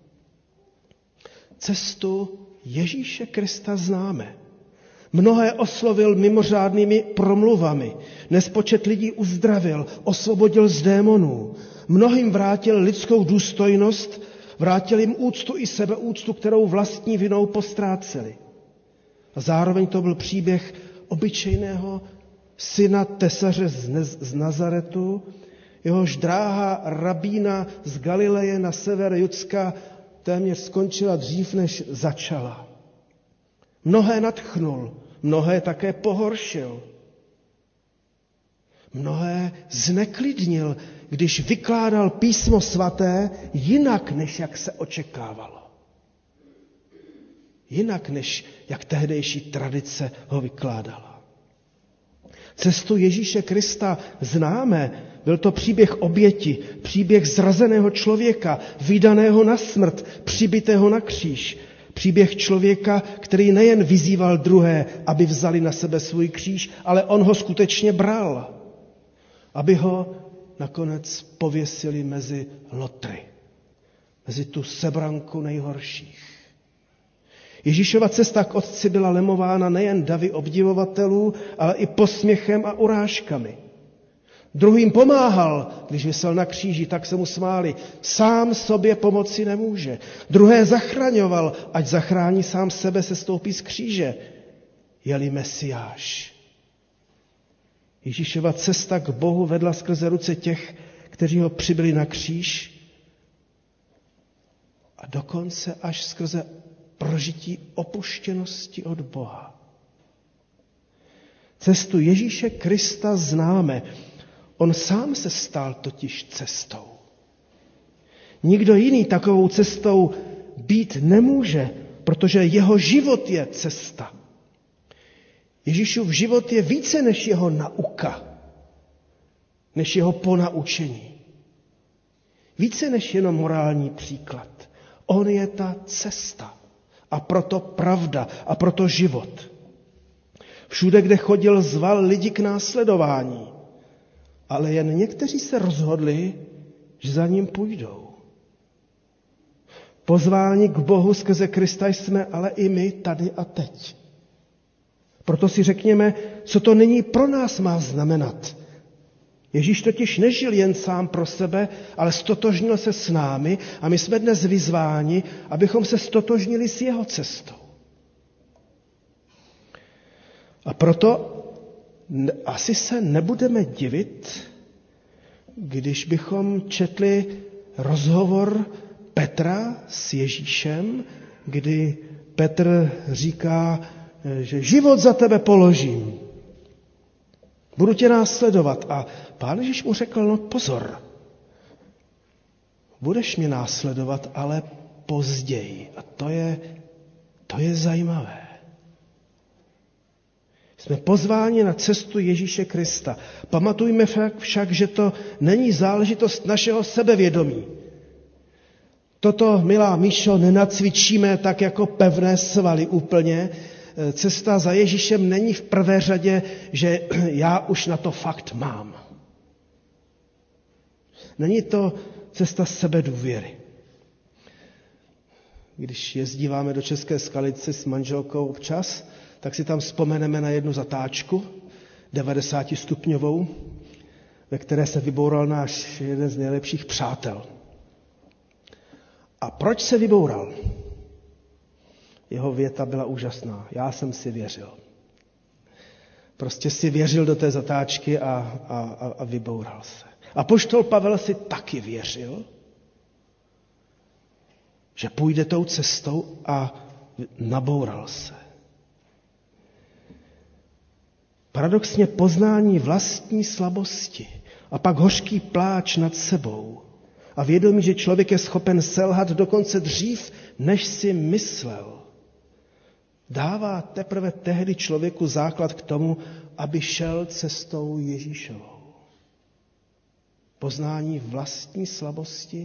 Cestu Ježíše Krista známe. Mnohé oslovil mimořádnými promluvami. Nespočet lidí uzdravil, osvobodil z démonů. Mnohým vrátil lidskou důstojnost, vrátil jim úctu i sebeúctu, kterou vlastní vinou postráceli. A zároveň to byl příběh obyčejného syna tesaře z Nazaretu, jehož dráha rabína z Galileje na sever Judska téměř skončila dřív, než začala. Mnohé nadchnul, mnohé také pohoršil. Mnohé zneklidnil, když vykládal písmo svaté jinak, než jak se očekávalo. Jinak, než jak tehdejší tradice ho vykládala. Cestu Ježíše Krista známe. Byl to příběh oběti, příběh zrazeného člověka, vydaného na smrt, přibitého na kříž. Příběh člověka, který nejen vyzýval druhé, aby vzali na sebe svůj kříž, ale on ho skutečně bral, aby ho nakonec pověsili mezi lotry, mezi tu sebranku nejhorších. Ježíšova cesta k Otci byla lemována nejen davy obdivovatelů, ale i posměchem a urážkami. Druhým pomáhal, když visel na kříži, tak se mu smáli. Sám sobě pomoci nemůže. Druhé zachraňoval, ať zachrání sám sebe, se stoupí z kříže. Je-li Mesiáš. Ježíšova cesta k Bohu vedla skrze ruce těch, kteří ho přibili na kříž, a dokonce až skrze prožití opuštěnosti od Boha. Cestu Ježíše Krista známe. On sám se stal totiž cestou. Nikdo jiný takovou cestou být nemůže, protože jeho život je cesta. Ježíšův život je více než jeho nauka, než jeho ponaučení. Více než jenom morální příklad. On je ta cesta. A proto pravda, a proto život. Všude, kde chodil, zval lidi k následování. Ale jen někteří se rozhodli, že za ním půjdou. Pozváni k Bohu skrze Krista jsme ale i my tady a teď. Proto si řekněme, co to nyní pro nás má znamenat. Ježíš totiž nežil jen sám pro sebe, ale stotožnil se s námi a my jsme dnes vyzváni, abychom se stotožnili s jeho cestou. A proto asi se nebudeme divit, když bychom četli rozhovor Petra s Ježíšem, kdy Petr říká, že život za tebe položím. Budu tě následovat. A Pán Ježíš mu řekl, no pozor, budeš mě následovat, ale později. A to je, to je zajímavé. Jsme pozváni na cestu Ježíše Krista. Pamatujme však, že to není záležitost našeho sebevědomí. Toto, milá Míšo, nenacvičíme tak jako pevné svaly úplně. Cesta za Ježíšem není v prvé řadě, že já už na to fakt mám. Není to cesta sebedůvěry. Když jezdíváme do České Skalice s manželkou občas, tak si tam vzpomeneme na jednu zatáčku, devadesátistupňovou, ve které se vyboural náš jeden z nejlepších přátel. A proč se vyboural? Jeho věta byla úžasná. Já jsem si věřil. Prostě si věřil do té zatáčky a, a, a vyboural se. Apoštol Pavel si taky věřil, že půjde tou cestou a naboural se. Paradoxně poznání vlastní slabosti a pak hořký pláč nad sebou a vědomí, že člověk je schopen selhat dokonce dřív, než si myslel, dává teprve tehdy člověku základ k tomu, aby šel cestou Ježíšovou. Poznání vlastní slabosti,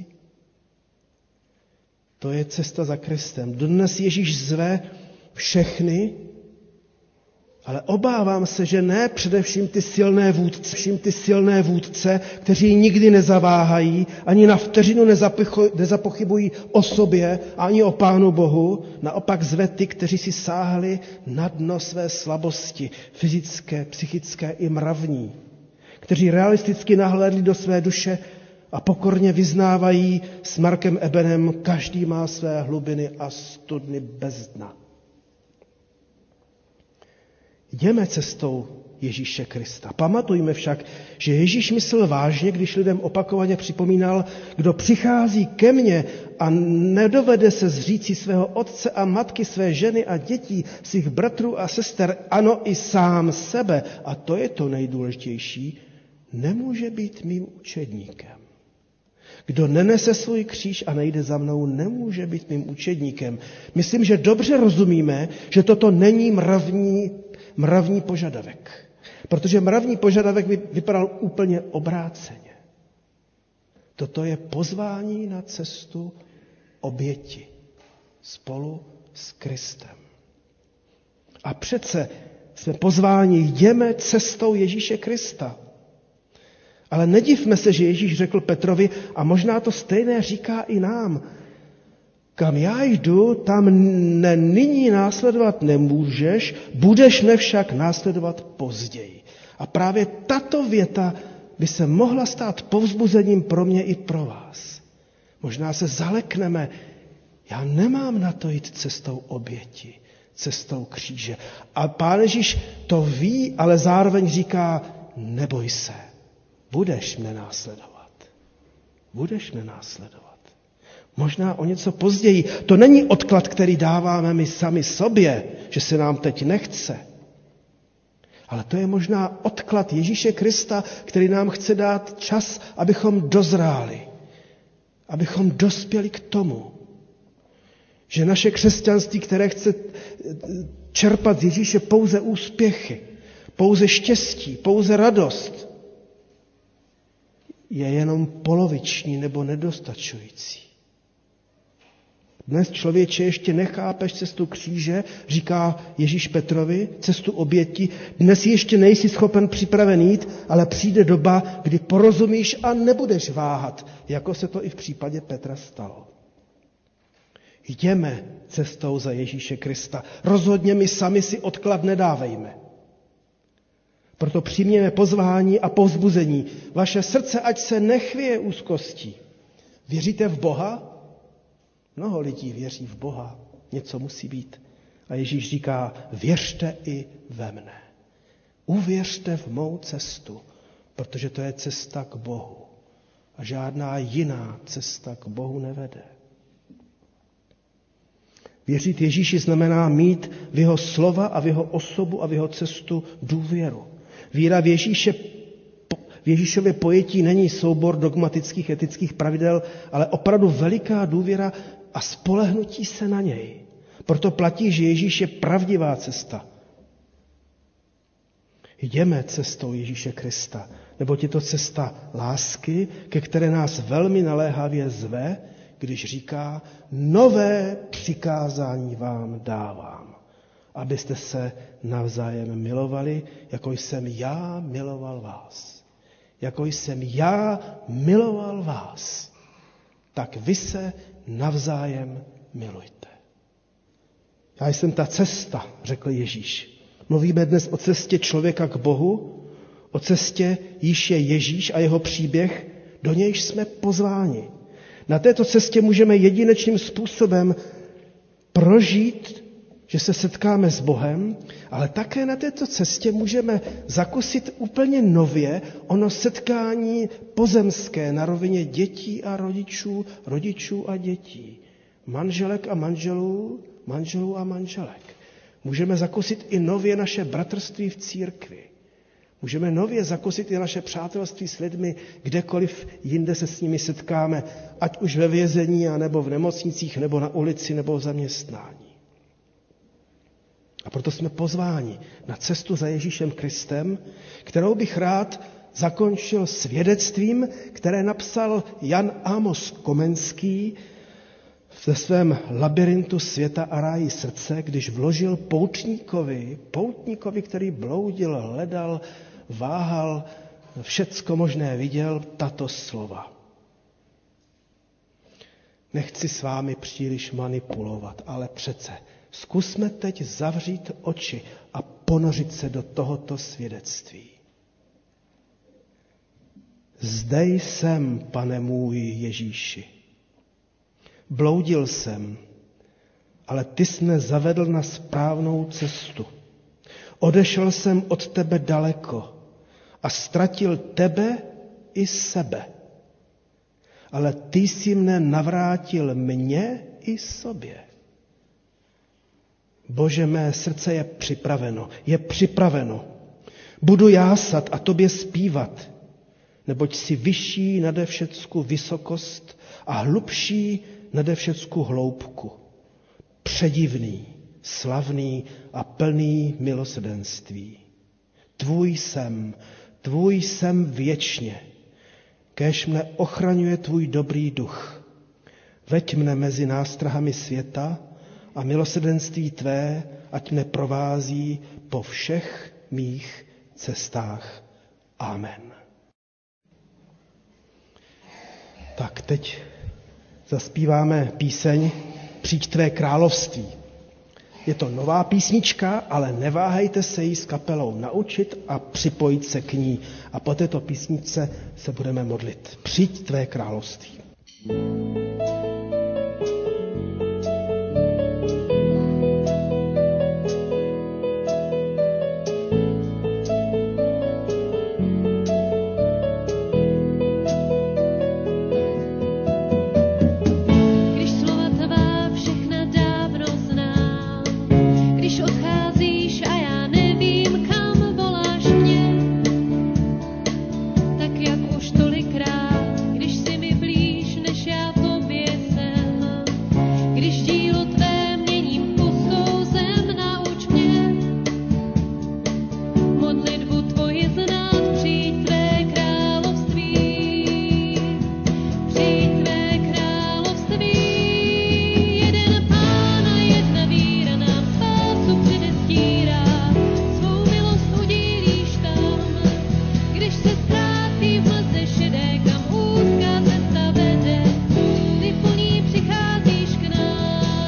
to je cesta za Kristem. Dnes Ježíš zve všechny, ale obávám se, že ne především ty silné vůdce, především ty silné vůdce, kteří nikdy nezaváhají, ani na vteřinu nezapochybují o sobě, ani o Pánu Bohu. Naopak zve ty, kteří si sáhli na dno své slabosti, fyzické, psychické i mravní, kteří realisticky nahlédli do své duše a pokorně vyznávají s Markem Ebenem, každý má své hlubiny a studny bez dna. Jdeme cestou Ježíše Krista. Pamatujme však, že Ježíš myslel vážně, když lidem opakovaně připomínal, kdo přichází ke mně a nedovede se zříci svého otce a matky, své ženy a dětí, svých bratrů a sester, ano i sám sebe, a to je to nejdůležitější, nemůže být mým učedníkem. Kdo nenese svůj kříž a nejde za mnou, nemůže být mým učedníkem. Myslím, že dobře rozumíme, že toto není mravní, mravní požadavek. Protože mravní požadavek by vypadal úplně obráceně. Toto je pozvání na cestu oběti spolu s Kristem. A přece jsme pozváni, jdeme cestou Ježíše Krista. Ale nedivme se, že Ježíš řekl Petrovi, a možná to stejné říká i nám, kam já jdu, tam ne, nyní následovat nemůžeš, budeš mne však následovat později. A právě tato věta by se mohla stát povzbuzením pro mě i pro vás. Možná se zalekneme, já nemám na to jít cestou oběti, cestou kříže. A Pán Ježíš to ví, ale zároveň říká, neboj se. Budeš mne následovat. Budeš mne následovat. Možná o něco později. To není odklad, který dáváme my sami sobě, že se nám teď nechce. Ale to je možná odklad Ježíše Krista, který nám chce dát čas, abychom dozráli. Abychom dospěli k tomu, že naše křesťanství, které chce čerpat z Ježíše pouze úspěchy, pouze štěstí, pouze radost, je jenom poloviční nebo nedostačující. Dnes, člověče, ještě nechápeš cestu kříže, říká Ježíš Petrovi, cestu oběti. Dnes ještě nejsi schopen připraven jít, ale přijde doba, kdy porozumíš a nebudeš váhat, jako se to i v případě Petra stalo. Jdeme cestou za Ježíše Krista. Rozhodně my sami si odklad nedávejme. Proto přijměme pozvání a povzbuzení. Vaše srdce ať se nechvěje úzkostí. Věříte v Boha? Mnoho lidí věří v Boha. Něco musí být. A Ježíš říká, věřte i ve mne. Uvěřte v mou cestu, protože to je cesta k Bohu. A žádná jiná cesta k Bohu nevede. Věřit Ježíši znamená mít v jeho slova a v jeho osobu a v jeho cestu důvěru. Víra v Ježíše, v Ježíšově pojetí není soubor dogmatických etických pravidel, ale opravdu veliká důvěra a spolehnutí se na něj. Proto platí, že Ježíš je pravdivá cesta. Jdeme cestou Ježíše Krista, neboť je to cesta lásky, ke které nás velmi naléhavě zve, když říká, nové přikázání vám dávám, abyste se navzájem milovali, jako jsem já miloval vás. Jako jsem já miloval vás, tak vy se navzájem milujte. Já jsem ta cesta, řekl Ježíš. Mluvíme dnes o cestě člověka k Bohu, o cestě, jíž je Ježíš a jeho příběh, do nějž jsme pozváni. Na této cestě můžeme jedinečným způsobem prožít, že se setkáme s Bohem, ale také na této cestě můžeme zakusit úplně nově ono setkání pozemské na rovině dětí a rodičů, rodičů a dětí, manželek a manželů, manželů a manželek. Můžeme zakusit i nově naše bratrství v církvi. Můžeme nově zakusit i naše přátelství s lidmi, kdekoliv jinde se s nimi setkáme, ať už ve vězení, nebo v nemocnicích, nebo na ulici, nebo v zaměstnání. A proto jsme pozváni na cestu za Ježíšem Kristem, kterou bych rád zakončil svědectvím, které napsal Jan Amos Komenský ve svém labirintu světa a ráji srdce, když vložil poutníkovi, poutníkovi, který bloudil, hledal, váhal, všecko možné viděl, tato slova. Nechci s vámi příliš manipulovat, ale přece zkusme teď zavřít oči a ponořit se do tohoto svědectví. Zde jsem, Pane můj Ježíši. Bloudil jsem, ale ty jsi mne zavedl na správnou cestu. Odešel jsem od tebe daleko a ztratil tebe i sebe. Ale ty jsi mne navrátil mně i sobě. Bože, mé srdce je připraveno, je připraveno. Budu jásat a tobě zpívat, neboť jsi vyšší nade všecku vysokost a hlubší nade všecku hloubku. Předivný, slavný a plný milosrdenství. Tvůj jsem, tvůj jsem věčně, kéž mne ochraňuje tvůj dobrý duch. Veď mne mezi nástrahami světa a milosrdenství tvé, ať mne provází po všech mých cestách. Amen. Tak teď zaspíváme píseň Přijď tvé království. Je to nová písnička, ale neváhejte se jí s kapelou naučit a připojit se k ní. A po této písničce se budeme modlit. Přijď tvé království. Přicházíš k nám.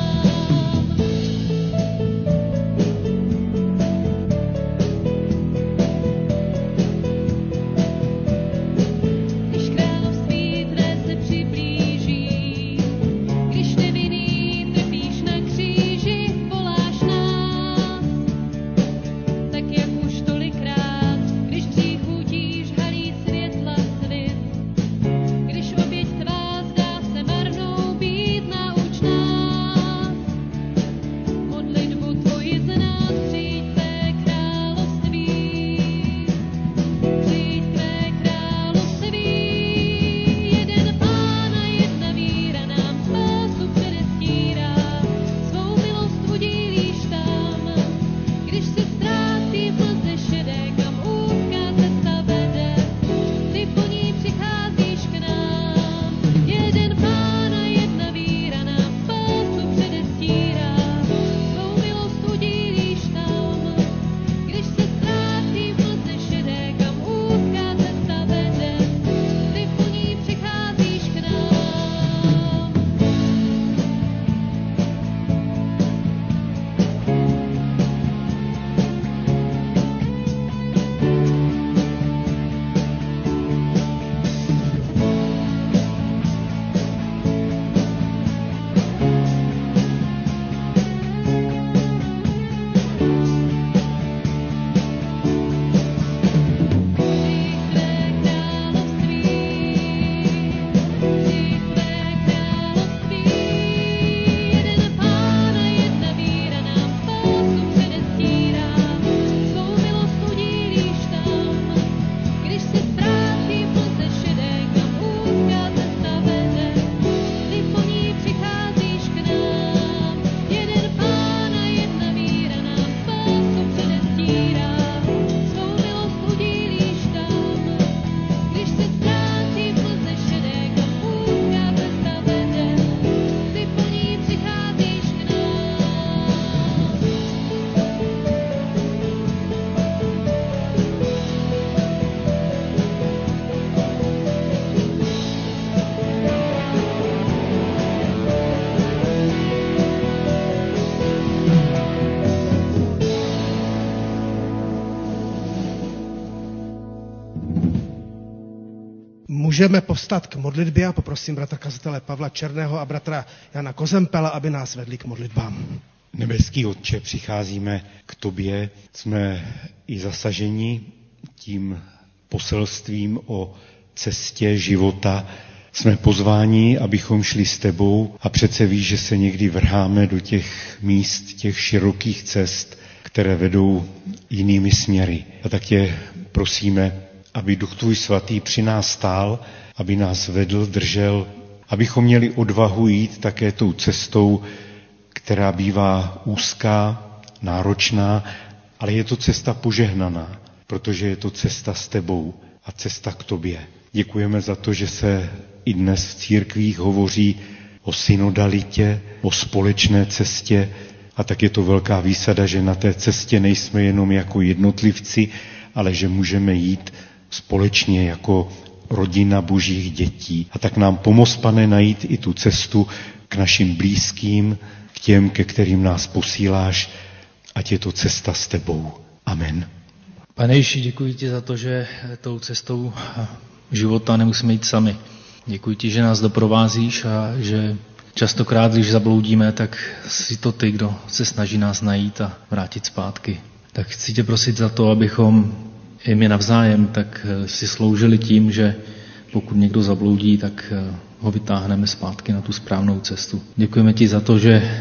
Můžeme povstat k modlitbě a poprosím bratra kazatele Pavla Černého a bratra Jana Kozempela, aby nás vedli k modlitbám. Nebeský Otče, přicházíme k tobě, jsme i zasaženi tím poselstvím o cestě života. Jsme pozváni, abychom šli s tebou a přece víš, že se někdy vrháme do těch míst, těch širokých cest, které vedou jinými směry. A tak tě prosíme, aby Duch tvůj svatý při nás stál, aby nás vedl, držel, abychom měli odvahu jít také tou cestou, která bývá úzká, náročná, ale je to cesta požehnaná, protože je to cesta s tebou a cesta k tobě. Děkujeme za to, že se i dnes v církvích hovoří o synodalitě, o společné cestě a tak je to velká výsada, že na té cestě nejsme jenom jako jednotlivci, ale že můžeme jít společně jako rodina božích dětí. A tak nám pomoz, Pane, najít i tu cestu k našim blízkým, k těm, ke kterým nás posíláš, ať je to cesta s tebou. Amen. Pane Ježíši, děkuji ti za to, že tou cestou života nemusíme jít sami. Děkuji ti, že nás doprovázíš a že častokrát, když zabloudíme, tak jsi to ty, kdo se snaží nás najít a vrátit zpátky. Tak chci tě prosit za to, abychom i my navzájem tak si sloužili tím, že pokud někdo zabloudí, tak ho vytáhneme zpátky na tu správnou cestu. Děkujeme ti za to, že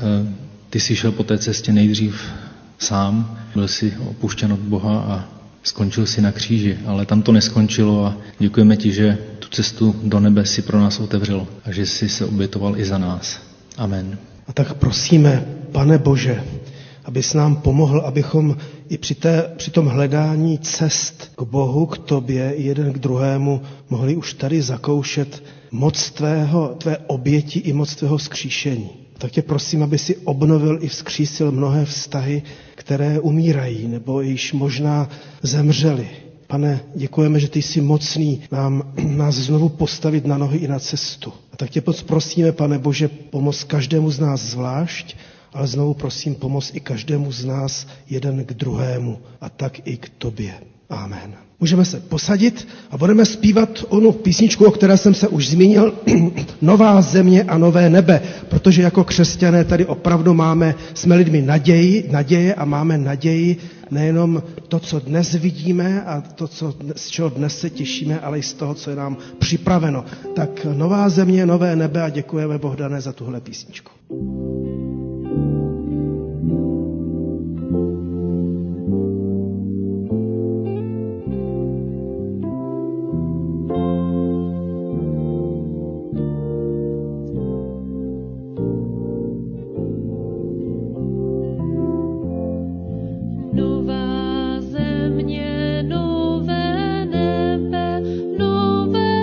ty jsi šel po té cestě nejdřív sám, byl jsi opuštěn od Boha a skončil si na kříži, ale tam to neskončilo a děkujeme ti, že tu cestu do nebe si pro nás otevřel a že jsi se obětoval i za nás. Amen. A tak prosíme, Pane Bože, abys nám pomohl, abychom i při, té, při tom hledání cest k Bohu, k tobě, jeden k druhému, mohli už tady zakoušet moc tvého, tvé oběti i moc tvého vzkříšení. Tak tě prosím, aby si obnovil i vzkřísil mnohé vztahy, které umírají nebo již možná zemřely. Pane, děkujeme, že ty jsi mocný nám, nás znovu postavit na nohy i na cestu. A tak tě prosíme, Pane Bože, pomoz každému z nás zvlášť, ale znovu prosím, pomoz i každému z nás jeden k druhému a tak i k tobě. Amen. Můžeme se posadit a budeme zpívat onu písničku, o které jsem se už zmínil, Nová země a nové nebe, protože jako křesťané tady opravdu máme, jsme lidmi naději, naděje a máme naději nejenom to, co dnes vidíme a to, co, z čeho dnes se těšíme, ale i z toho, co je nám připraveno. Tak Nová země, nové nebe a děkujeme, Bohdane, za tuhle písničku.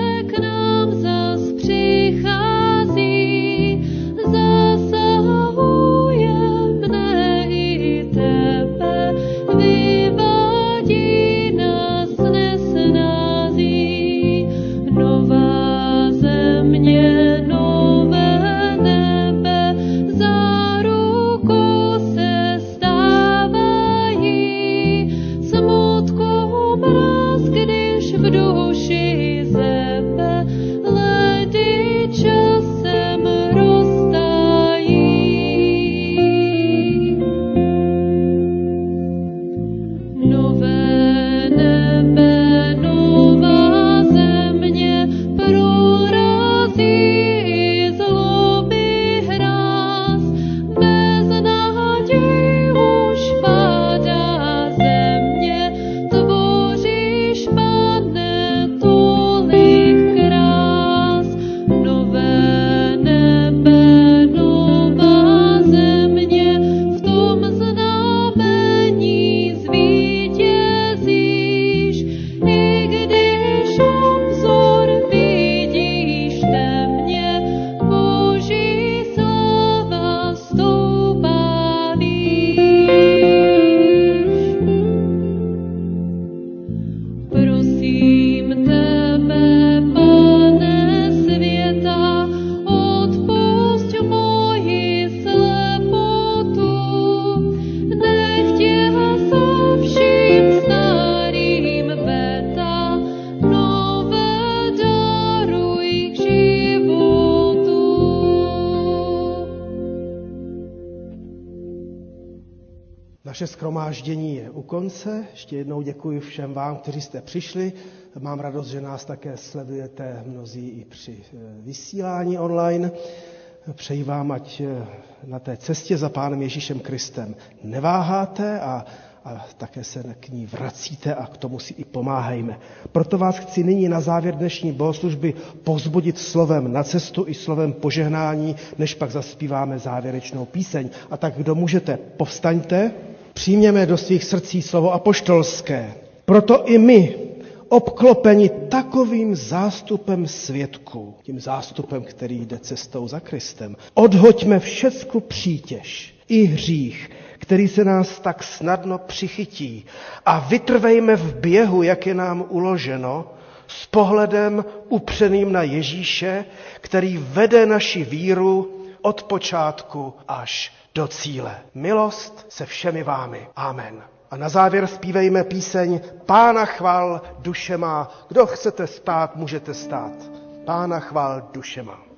Zas Naše shromáždění je u konce. Ještě jednou děkuji všem vám, kteří jste přišli. Mám radost, že nás také sledujete mnozí i při vysílání online. Přeji vám, ať na té cestě za Pánem Ježíšem Kristem neváháte a, a také se k ní vracíte a k tomu si i pomáhejme. Proto vás chci nyní na závěr dnešní bohoslužby povzbudit slovem na cestu i slovem požehnání, než pak zaspíváme závěrečnou píseň. A tak, kdo můžete, povstaňte, přijměme do svých srdcí slovo apoštolské. Proto i my, obklopeni takovým zástupem svědků, tím zástupem, který jde cestou za Kristem, odhoďme všecku přítěž i hřích, který se nás tak snadno přichytí, a vytrvejme v běhu, jak je nám uloženo, s pohledem upřeným na Ježíše, který vede naši víru od počátku až do cíle. Milost se všemi vámi. Amen. A na závěr zpívejme píseň Pána chval, duše má. Kdo chcete stát, můžete stát. Pána chval, duše má.